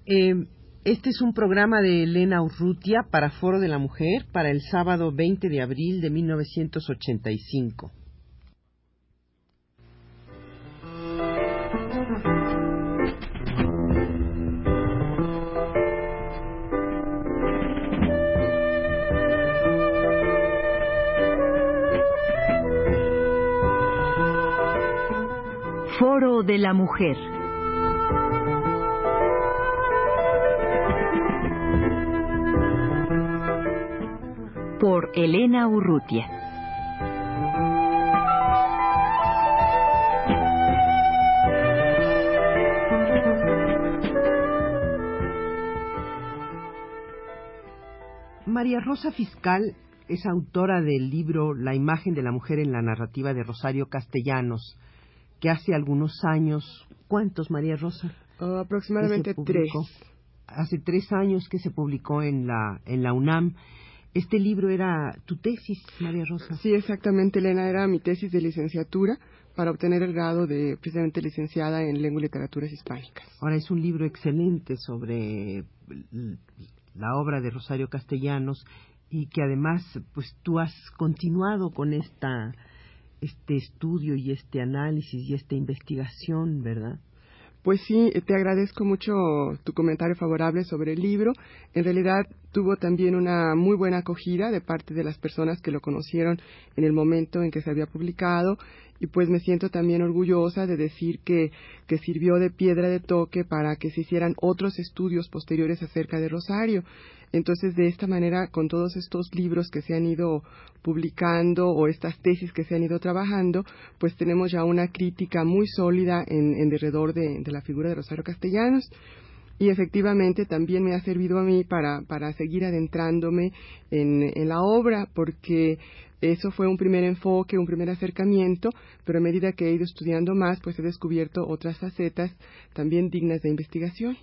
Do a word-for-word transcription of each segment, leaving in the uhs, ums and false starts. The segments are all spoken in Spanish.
Eh, este es un programa de Elena Urrutia para Foro de la Mujer para el sábado veinte de abril de mil novecientos ochenta y cinco. Foro de la Mujer. Por Elena Urrutia. María Rosa Fiscal es autora del libro La imagen de la mujer en la narrativa de Rosario Castellanos, que hace algunos años, ¿cuántos, María Rosa? Uh, aproximadamente tres. Hace tres años que se publicó en la en la UNAM. Este libro era tu tesis, María Rosa. Sí, exactamente, Elena, era mi tesis de licenciatura para obtener el grado de precisamente licenciada en Lengua y Literaturas Hispánicas. Ahora es un libro excelente sobre la obra de Rosario Castellanos y que además, pues tú has continuado con esta este estudio y este análisis y esta investigación, ¿verdad? Pues sí, te agradezco mucho tu comentario favorable sobre el libro. En realidad tuvo también una muy buena acogida de parte de las personas que lo conocieron en el momento en que se había publicado, y pues me siento también orgullosa de decir que, que sirvió de piedra de toque para que se hicieran otros estudios posteriores acerca de Rosario. Entonces, de esta manera, con todos estos libros que se han ido publicando o estas tesis que se han ido trabajando, pues tenemos ya una crítica muy sólida en, en derredor de, de la figura de Rosario Castellanos. Y efectivamente también me ha servido a mí para, para seguir adentrándome en, en la obra, porque eso fue un primer enfoque, un primer acercamiento, pero a medida que he ido estudiando más, pues he descubierto otras facetas también dignas de investigación.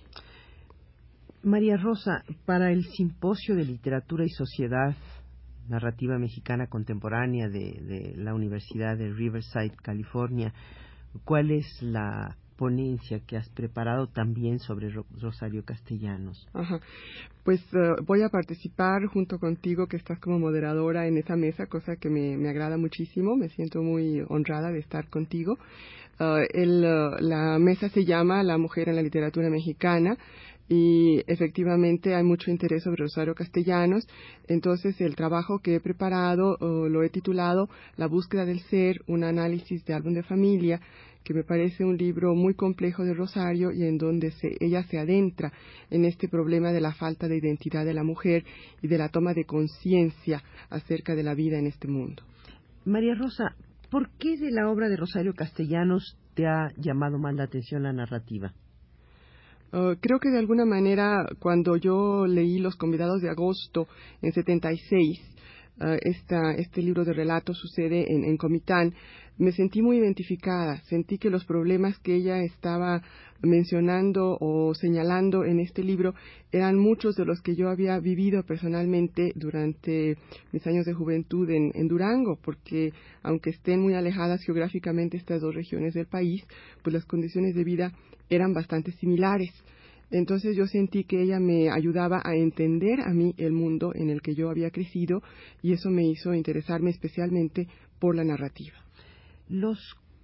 María Rosa, para el Simposio de Literatura y Sociedad Narrativa Mexicana Contemporánea de, de la Universidad de Riverside, California, ¿cuál es la ponencia que has preparado también sobre Rosario Castellanos? Ajá. Pues uh, voy a participar junto contigo, que estás como moderadora en esa mesa, cosa que me, me agrada muchísimo. Me siento muy honrada de estar contigo. Uh, el, uh, la mesa se llama La mujer en la literatura mexicana, y efectivamente hay mucho interés sobre Rosario Castellanos. Entonces el trabajo que he preparado uh, lo he titulado La búsqueda del ser, un análisis de álbum de familia, que me parece un libro muy complejo de Rosario y en donde se, ella se adentra en este problema de la falta de identidad de la mujer y de la toma de conciencia acerca de la vida en este mundo. María Rosa, ¿por qué de la obra de Rosario Castellanos te ha llamado más la atención la narrativa? Uh, creo que de alguna manera, cuando yo leí Los Convidados de Agosto en setenta y seis, uh, esta, este libro de relatos sucede en, en Comitán, me sentí muy identificada. Sentí que los problemas que ella estaba mencionando o señalando en este libro eran muchos de los que yo había vivido personalmente durante mis años de juventud en, en Durango, porque aunque estén muy alejadas geográficamente estas dos regiones del país, pues las condiciones de vida eran bastante similares. Entonces yo sentí que ella me ayudaba a entender a mí el mundo en el que yo había crecido, y eso me hizo interesarme especialmente por la narrativa. Los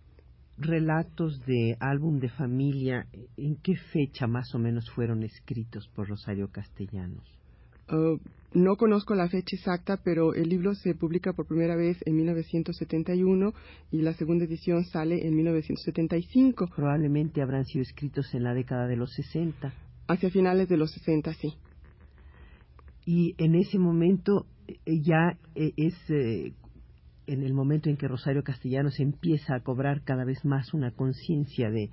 relatos de álbum de familia, ¿en qué fecha más o menos fueron escritos por Rosario Castellanos? Uh, no conozco la fecha exacta, pero el libro se publica por primera vez en mil novecientos setenta y uno y la segunda edición sale en mil novecientos setenta y cinco. Probablemente habrán sido escritos en la década de los sesenta. Hacia finales de los sesenta, sí. Y en ese momento ya es eh, en el momento en que Rosario Castellanos empieza a cobrar cada vez más una conciencia de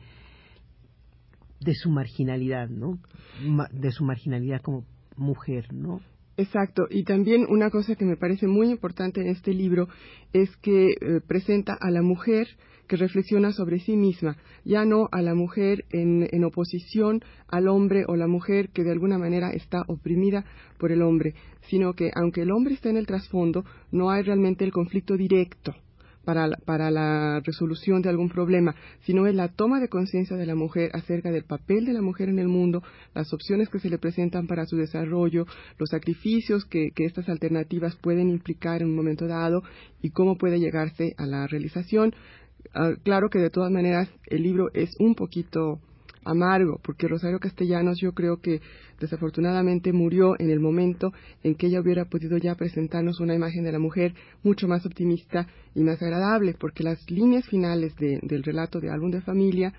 de su marginalidad, ¿no? Ma, de su marginalidad como mujer, ¿no? Exacto, y también una cosa que me parece muy importante en este libro es que eh, presenta a la mujer que reflexiona sobre sí misma, ya no a la mujer en, en oposición al hombre o la mujer que de alguna manera está oprimida por el hombre, sino que aunque el hombre está en el trasfondo, no hay realmente el conflicto directo, para, para la resolución de algún problema, sino es la toma de conciencia de la mujer acerca del papel de la mujer en el mundo, las opciones que se le presentan para su desarrollo, los sacrificios que, que estas alternativas pueden implicar en un momento dado y cómo puede llegarse a la realización. Uh, claro que de todas maneras el libro es un poquito amargo, porque Rosario Castellanos yo creo que desafortunadamente murió en el momento en que ella hubiera podido ya presentarnos una imagen de la mujer mucho más optimista y más agradable, porque las líneas finales de, del relato de Álbum de Familia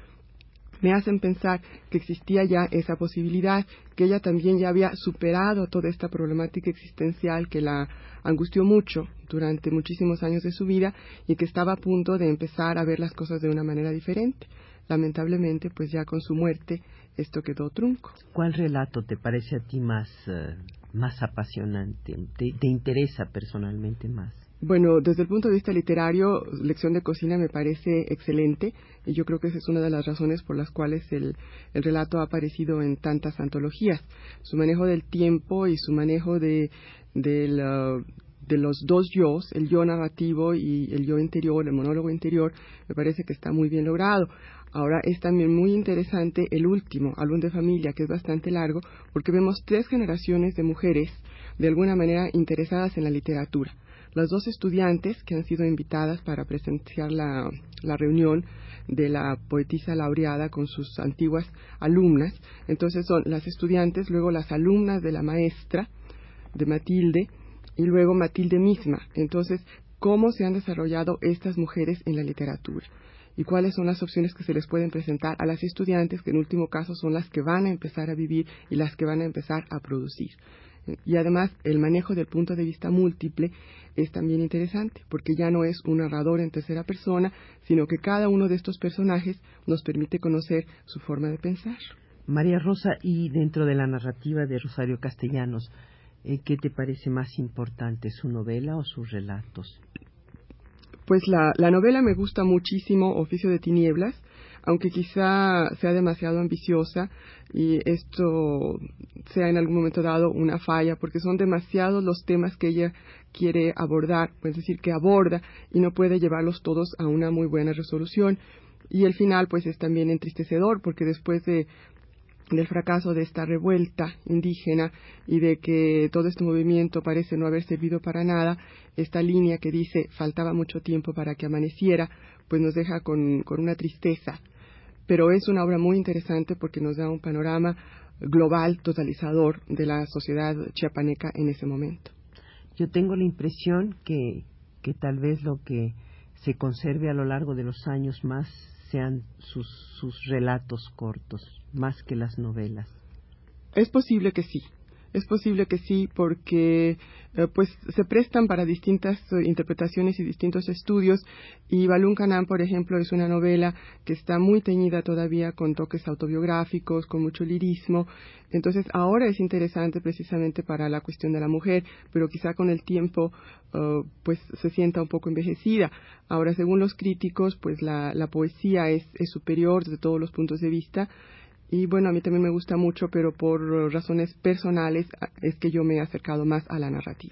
me hacen pensar que existía ya esa posibilidad, que ella también ya había superado toda esta problemática existencial que la angustió mucho durante muchísimos años de su vida y que estaba a punto de empezar a ver las cosas de una manera diferente. Lamentablemente, pues ya con su muerte, esto quedó trunco. ¿Cuál relato te parece a ti más, uh, más apasionante? ¿Te, ¿Te interesa personalmente más? Bueno, desde el punto de vista literario, Lección de Cocina me parece excelente y yo creo que esa es una de las razones por las cuales el, el relato ha aparecido en tantas antologías. Su manejo del tiempo y su manejo de, del, uh, de los dos yos, el yo narrativo y el yo interior, el monólogo interior, me parece que está muy bien logrado. Ahora es también muy interesante el último, Álbum de Familia, que es bastante largo, porque vemos tres generaciones de mujeres de alguna manera interesadas en la literatura. Las dos estudiantes que han sido invitadas para presenciar la, la reunión de la poetisa laureada con sus antiguas alumnas. Entonces son las estudiantes, luego las alumnas de la maestra, de Matilde, y luego Matilde misma. Entonces, ¿cómo se han desarrollado estas mujeres en la literatura? Y cuáles son las opciones que se les pueden presentar a las estudiantes, que en último caso son las que van a empezar a vivir y las que van a empezar a producir. Y además, el manejo del punto de vista múltiple es también interesante, porque ya no es un narrador en tercera persona, sino que cada uno de estos personajes nos permite conocer su forma de pensar. María Rosa, y dentro de la narrativa de Rosario Castellanos, eh, ¿qué te parece más importante, su novela o sus relatos? Pues la, la novela me gusta muchísimo, Oficio de Tinieblas, aunque quizá sea demasiado ambiciosa y esto sea en algún momento dado una falla, porque son demasiados los temas que ella quiere abordar, es decir, que aborda y no puede llevarlos todos a una muy buena resolución. Y el final pues es también entristecedor, porque después de del fracaso de esta revuelta indígena y de que todo este movimiento parece no haber servido para nada, esta línea que dice faltaba mucho tiempo para que amaneciera, pues nos deja con, con una tristeza. Pero es una obra muy interesante porque nos da un panorama global, totalizador de la sociedad chiapaneca en ese momento. Yo tengo la impresión que, que tal vez lo que se conserve a lo largo de los años más sean sus, sus relatos cortos, más que las novelas. Es posible que sí, es posible que sí, porque eh, pues se prestan para distintas eh, interpretaciones y distintos estudios, y Balún Canán, por ejemplo, es una novela que está muy teñida todavía con toques autobiográficos, con mucho lirismo. Entonces ahora es interesante precisamente para la cuestión de la mujer, pero quizá con el tiempo uh, pues se sienta un poco envejecida. Ahora, según los críticos, pues la, la poesía es, es superior desde todos los puntos de vista. Y bueno, a mí también me gusta mucho, pero por razones personales es que yo me he acercado más a la narrativa.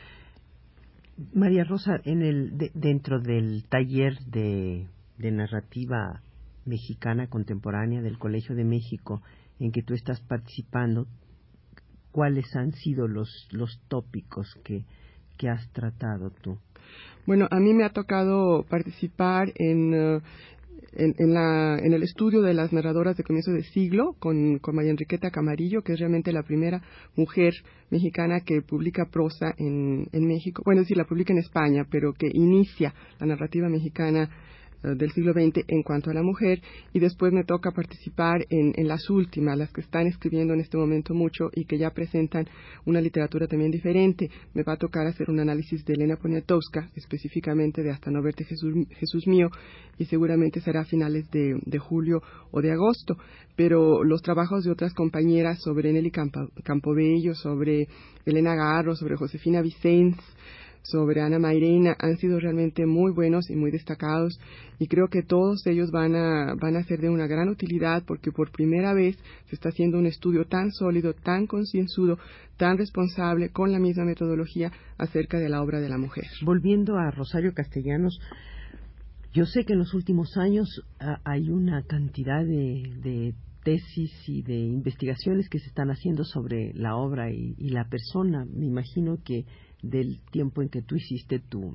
María Rosa, en el de, dentro del taller de, de narrativa mexicana contemporánea del Colegio de México en que tú estás participando, ¿cuáles han sido los, los tópicos que, que has tratado tú? Bueno, a mí me ha tocado participar en... Uh, En, en, la, en el estudio de las narradoras de comienzo de siglo con, con María Enriqueta Camarillo, que es realmente la primera mujer mexicana que publica prosa en, en México. Bueno, es decir, la publica en España, pero que inicia la narrativa mexicana uh, del siglo veinte en cuanto a la mujer. Y después me toca participar en, en las últimas, las que están escribiendo en este momento mucho y que ya presentan una literatura también diferente. Me va a tocar hacer un análisis de Elena Poniatowska, específicamente de Hasta no verte Jesús, Jesús mío, y seguramente será a finales de, de julio o de agosto. Pero los trabajos de otras compañeras sobre Nelly Campo, Campobello, sobre Elena Garro, sobre Josefina Vicens, sobre Ana Mairena, han sido realmente muy buenos y muy destacados, y creo que todos ellos van a, van a ser de una gran utilidad, porque por primera vez se está haciendo un estudio tan sólido, tan concienzudo, tan responsable, con la misma metodología acerca de la obra de la mujer. Volviendo a Rosario Castellanos, Yo sé que en los últimos años a, hay una cantidad de, de tesis y de investigaciones que se están haciendo sobre la obra y, y la persona. Me imagino que del tiempo en que tú hiciste tu,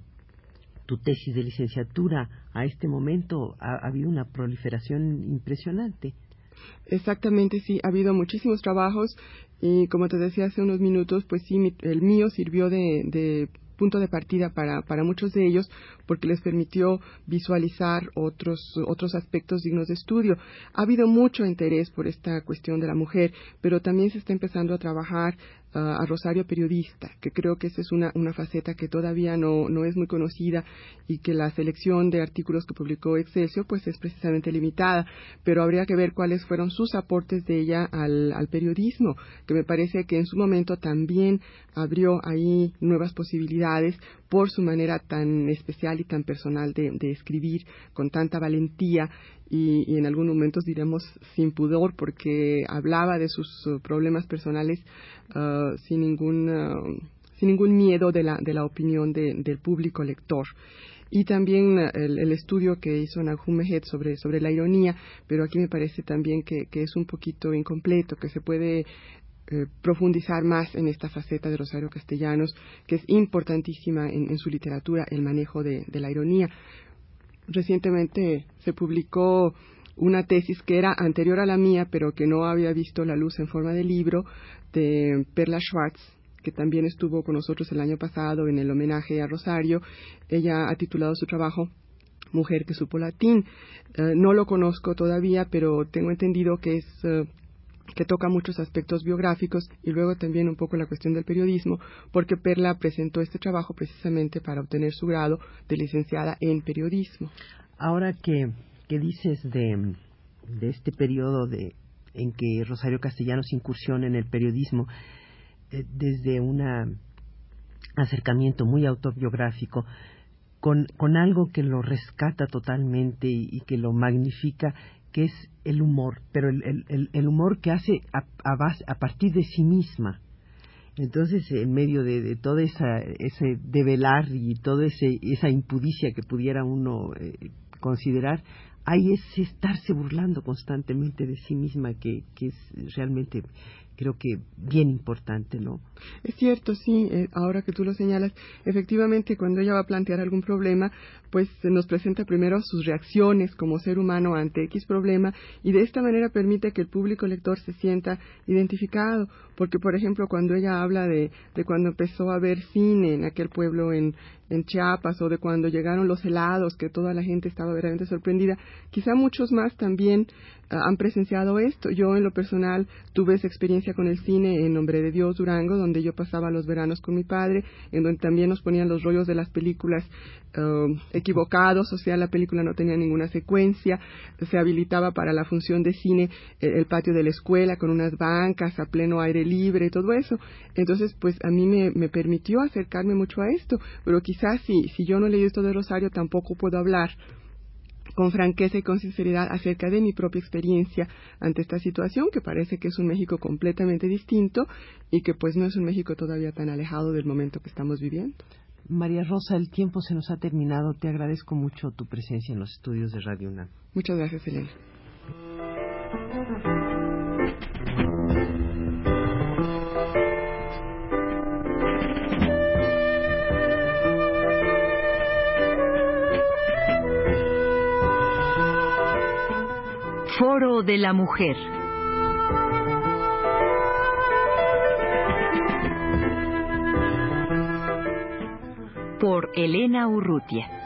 tu tesis de licenciatura a este momento ha, ha habido una proliferación impresionante. Exactamente, sí, ha habido muchísimos trabajos y como te decía hace unos minutos, pues sí, mi, el mío sirvió de, de punto de partida para, para muchos de ellos porque les permitió visualizar otros, otros aspectos dignos de estudio. Ha habido mucho interés por esta cuestión de la mujer, pero también se está empezando a trabajar uh, a Rosario periodista, que creo que esa es una, una faceta que todavía no, no es muy conocida y que la selección de artículos que publicó Excelsior pues es precisamente limitada, pero habría que ver cuáles fueron sus aportes de ella al, al periodismo, que me parece que en su momento también abrió ahí nuevas posibilidades por su manera tan especial y tan personal de, de escribir con tanta valentía y, y en algunos momentos diremos sin pudor porque hablaba de sus uh, problemas personales uh, sin ningún uh, sin ningún miedo de la de la opinión de, del público lector. Y también el, el estudio que hizo Nahum Mehed sobre, sobre la ironía, pero aquí me parece también que, que es un poquito incompleto, que se puede eh, profundizar más en esta faceta de Rosario Castellanos, que es importantísima en, en su literatura, el manejo de, de la ironía. Recientemente se publicó una tesis que era anterior a la mía, pero que no había visto la luz en forma de libro, de Perla Schwartz, que también estuvo con nosotros el año pasado en el homenaje a Rosario. Ella ha titulado su trabajo Mujer que supo latín. Uh, no lo conozco todavía, pero tengo entendido que es uh, que toca muchos aspectos biográficos y luego también un poco la cuestión del periodismo, porque Perla presentó este trabajo precisamente para obtener su grado de licenciada en periodismo. Ahora que, que dices de, de este periodo de, en que Rosario Castellanos incursiona en el periodismo, desde un acercamiento muy autobiográfico, con, con algo que lo rescata totalmente y, y que lo magnifica, que es el humor, pero el, el, el humor que hace a, a, base, a partir de sí misma. Entonces, en medio de, de todo esa, ese develar y toda esa impudicia que pudiera uno eh, considerar, hay ese estarse burlando constantemente de sí misma que, que es realmente, creo que bien importante, ¿no? Es cierto, sí, eh, ahora que tú lo señalas, efectivamente cuando ella va a plantear algún problema, pues se nos presenta primero sus reacciones como ser humano ante X problema y de esta manera permite que el público lector se sienta identificado, porque por ejemplo cuando ella habla de, de cuando empezó a ver cine en aquel pueblo en, en Chiapas o de cuando llegaron los helados, que toda la gente estaba verdaderamente sorprendida, quizá muchos más también uh, han presenciado esto. Yo en lo personal tuve esa experiencia con el cine en Nombre de Dios Durango, donde yo pasaba los veranos con mi padre, en donde también nos ponían los rollos de las películas uh, equivocados, o sea, la película no tenía ninguna secuencia, se habilitaba para la función de cine el, el patio de la escuela con unas bancas a pleno aire libre y todo eso. Entonces, pues a mí me, me permitió acercarme mucho a esto, pero quizás si, si yo no leí esto de Rosario tampoco puedo hablar con franqueza y con sinceridad acerca de mi propia experiencia ante esta situación, que parece que es un México completamente distinto y que pues no es un México todavía tan alejado del momento que estamos viviendo. María Rosa, el tiempo se nos ha terminado. Te agradezco mucho tu presencia en los estudios de Radio UNAM. Muchas gracias, Elena. Foro de la Mujer. Por Elena Urrutia.